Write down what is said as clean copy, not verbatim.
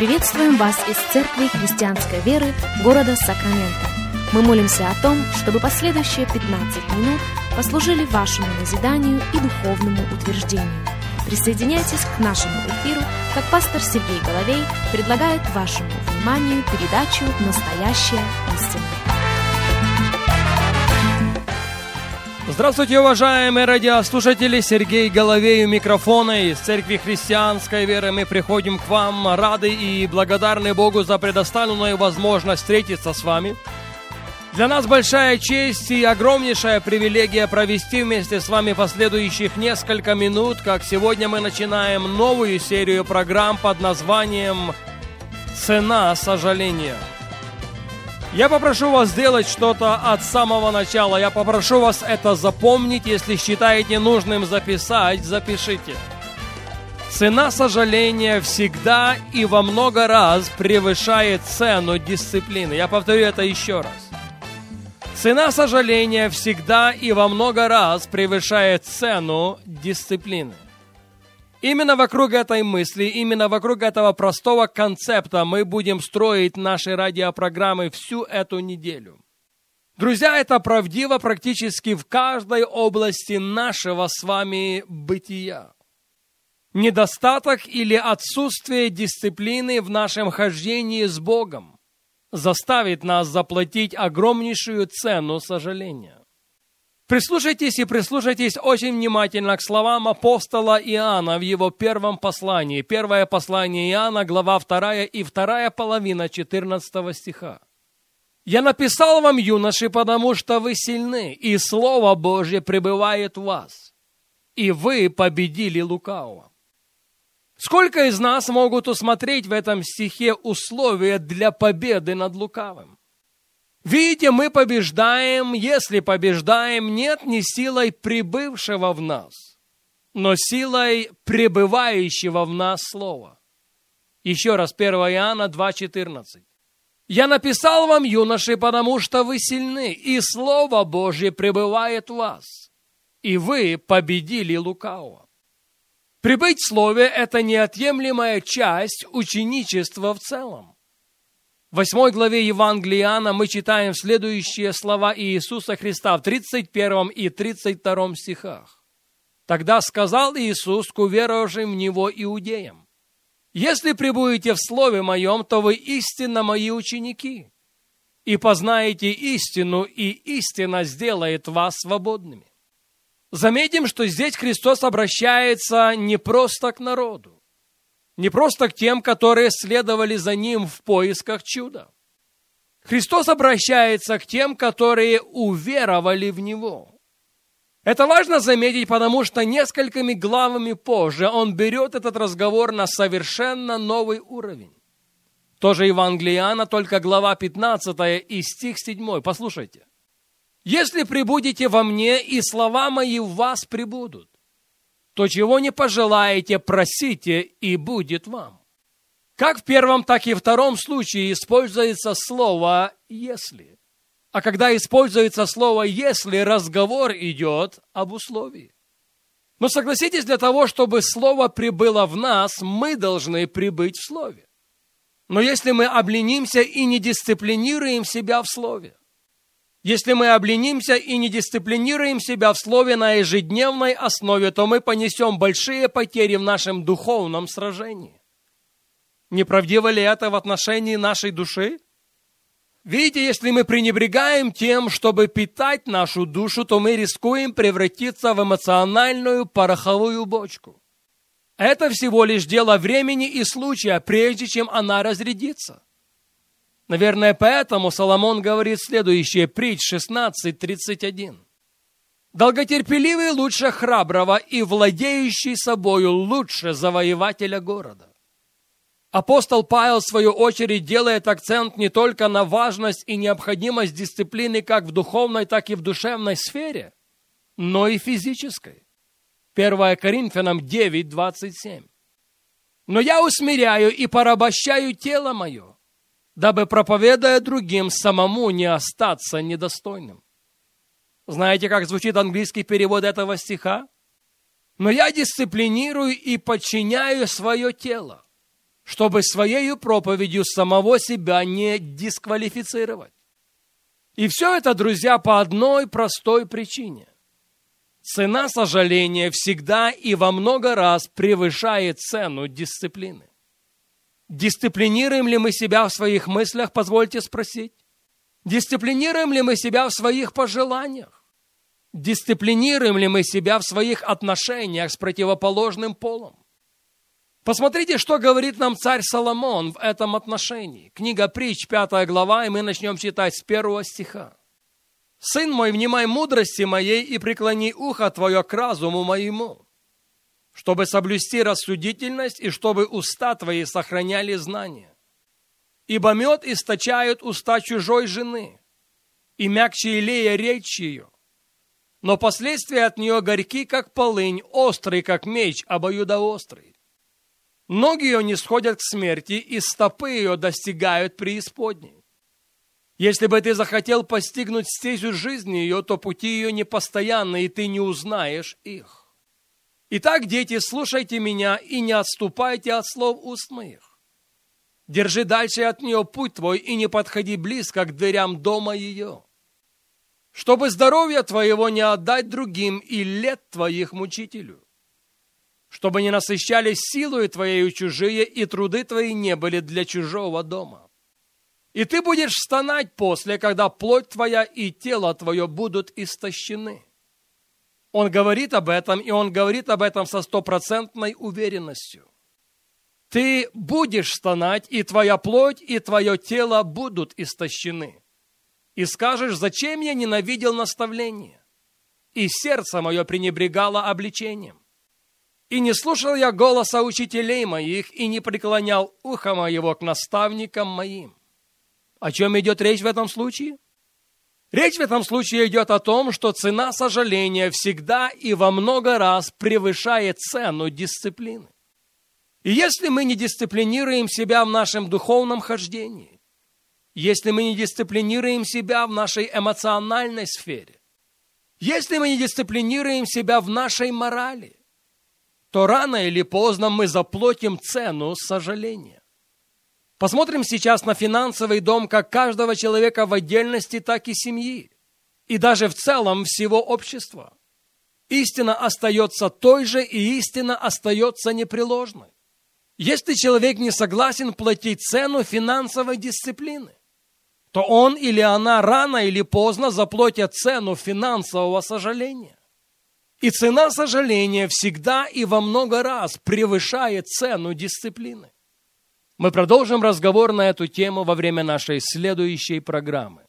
Приветствуем вас из Церкви Христианской Веры города Сакраменто. Мы молимся о том, чтобы последующие 15 минут послужили вашему назиданию и духовному утверждению. Присоединяйтесь к нашему эфиру, как пастор Сергей Головей предлагает вашему вниманию передачу «Настоящая истина». Здравствуйте, уважаемые радиослушатели! Сергей Головей у микрофона. Из Церкви Христианской Веры мы приходим к вам рады и благодарны Богу за предоставленную возможность встретиться с вами. Для нас большая честь и огромнейшая привилегия провести вместе с вами последующих несколько минут, как сегодня мы начинаем новую серию программ под названием «Цена сожаления». Я попрошу вас сделать что-то от самого начала. Я попрошу вас это запомнить. Если считаете нужным записать, запишите. Цена сожаления всегда и во много раз превышает цену дисциплины. Я повторю это еще раз. Цена сожаления всегда и во много раз превышает цену дисциплины. Именно вокруг этой мысли, именно вокруг этого простого концепта мы будем строить наши радиопрограммы всю эту неделю. Друзья, это правдиво практически в каждой области нашего с вами бытия. Недостаток или отсутствие дисциплины в нашем хождении с Богом заставит нас заплатить огромнейшую цену сожаления. Прислушайтесь очень внимательно к словам апостола Иоанна в его первом послании. Первое послание Иоанна, глава 2 и вторая половина 14 стиха. «Я написал вам, юноши, потому что вы сильны, и Слово Божье пребывает в вас, и вы победили лукавого». Сколько из нас могут усмотреть в этом стихе условия для победы над лукавым? Видите, мы побеждаем, если побеждаем, нет не силой прибывшего в нас, но силой пребывающего в нас Слова. Еще раз, 1 Иоанна 2,14. «Я написал вам, юноши, потому что вы сильны, и Слово Божье пребывает в вас, и вы победили лукавого». Пребыть в Слове – это неотъемлемая часть ученичества в целом. В 8 главе Евангелия Иоанна мы читаем следующие слова Иисуса Христа в 31 и 32 стихах. «Тогда сказал Иисус к уверовавшим в Него иудеям: если пребудете в Слове Моем, то вы истинно Мои ученики, и познаете истину, и истина сделает вас свободными». Заметим, что здесь Христос обращается не просто к народу, не просто к тем, которые следовали за Ним в поисках чуда. Христос обращается к тем, которые уверовали в Него. Это важно заметить, потому что несколькими главами позже Он берет этот разговор на совершенно новый уровень. Тоже Евангелие Иоанна, только глава 15 и стих 7. Послушайте. «Если пребудете во мне, и слова мои в вас пребудут, то чего не пожелаете, просите, и будет вам». Как в первом, так и втором случае используется слово «если». А когда используется слово «если», разговор идет об условии. Но согласитесь, для того, чтобы слово пребыло в нас, мы должны пребыть в слове. Но если мы обленимся и не дисциплинируем себя в слове, если мы обленимся и не дисциплинируем себя в слове на ежедневной основе, то мы понесем большие потери в нашем духовном сражении. Неправдиво ли это в отношении нашей души? Видите, если мы пренебрегаем тем, чтобы питать нашу душу, то мы рискуем превратиться в эмоциональную пороховую бочку. Это всего лишь дело времени и случая, прежде чем она разрядится. Наверное, поэтому Соломон говорит следующее, Притч 16:31. «Долготерпеливый лучше храброго, и владеющий собою лучше завоевателя города». Апостол Павел, в свою очередь, делает акцент не только на важность и необходимость дисциплины как в духовной, так и в душевной сфере, но и физической. 1 Коринфянам 9:27. «Но я усмиряю и порабощаю тело мое, дабы, проповедуя другим, самому не остаться недостойным». Знаете, как звучит английский перевод этого стиха? «Но я дисциплинирую и подчиняю свое тело, чтобы своей проповедью самого себя не дисквалифицировать. И все это, друзья, по одной простой причине. Цена сожаления всегда и во много раз превышает цену дисциплины. Дисциплинируем ли мы себя в своих мыслях, позвольте спросить? Дисциплинируем ли мы себя в своих пожеланиях? Дисциплинируем ли мы себя в своих отношениях с противоположным полом? Посмотрите, что говорит нам царь Соломон в этом отношении. Книга Притч, 5 глава, и мы начнем читать с 1 стиха. «Сын мой, внимай мудрости моей и преклони ухо твое к разуму моему, чтобы соблюсти рассудительность и чтобы уста твои сохраняли знания. Ибо мед источают уста чужой жены, и мягче илея речь ее. Но последствия от нее горьки, как полынь, острый, как меч, обоюдоострый. Ноги ее не сходят к смерти, и стопы ее достигают преисподней. Если бы ты захотел постигнуть стезю жизни ее, то пути ее непостоянны, и ты не узнаешь их. Итак, дети, слушайте меня и не отступайте от слов уст моих. Держи дальше от нее путь твой, и не подходи близко к дверям дома ее. Чтобы здоровье твоего не отдать другим и лет твоих мучителю. Чтобы не насыщались силою твоею чужие, и труды твои не были для чужого дома. И ты будешь стонать после, когда плоть твоя и тело твое будут истощены». Он говорит об этом, и он говорит об этом со 100% уверенностью. Ты будешь стонать, и твоя плоть, и твое тело будут истощены. И скажешь: зачем я ненавидел наставление, и сердце мое пренебрегало обличением? И не слушал я голоса учителей моих, и не преклонял ухо моего к наставникам моим. О чем идет речь в этом случае? Речь в этом случае идет о том, что цена сожаления всегда и во много раз превышает цену дисциплины. И если мы не дисциплинируем себя в нашем духовном хождении, если мы не дисциплинируем себя в нашей эмоциональной сфере, если мы не дисциплинируем себя в нашей морали, то рано или поздно мы заплатим цену сожаления. Посмотрим сейчас на финансовый дом как каждого человека в отдельности, так и семьи, и даже в целом всего общества. Истина остается той же, и истина остается непреложной. Если человек не согласен платить цену финансовой дисциплины, то он или она рано или поздно заплатят цену финансового сожаления. И цена сожаления всегда и во много раз превышает цену дисциплины. Мы продолжим разговор на эту тему во время нашей следующей программы.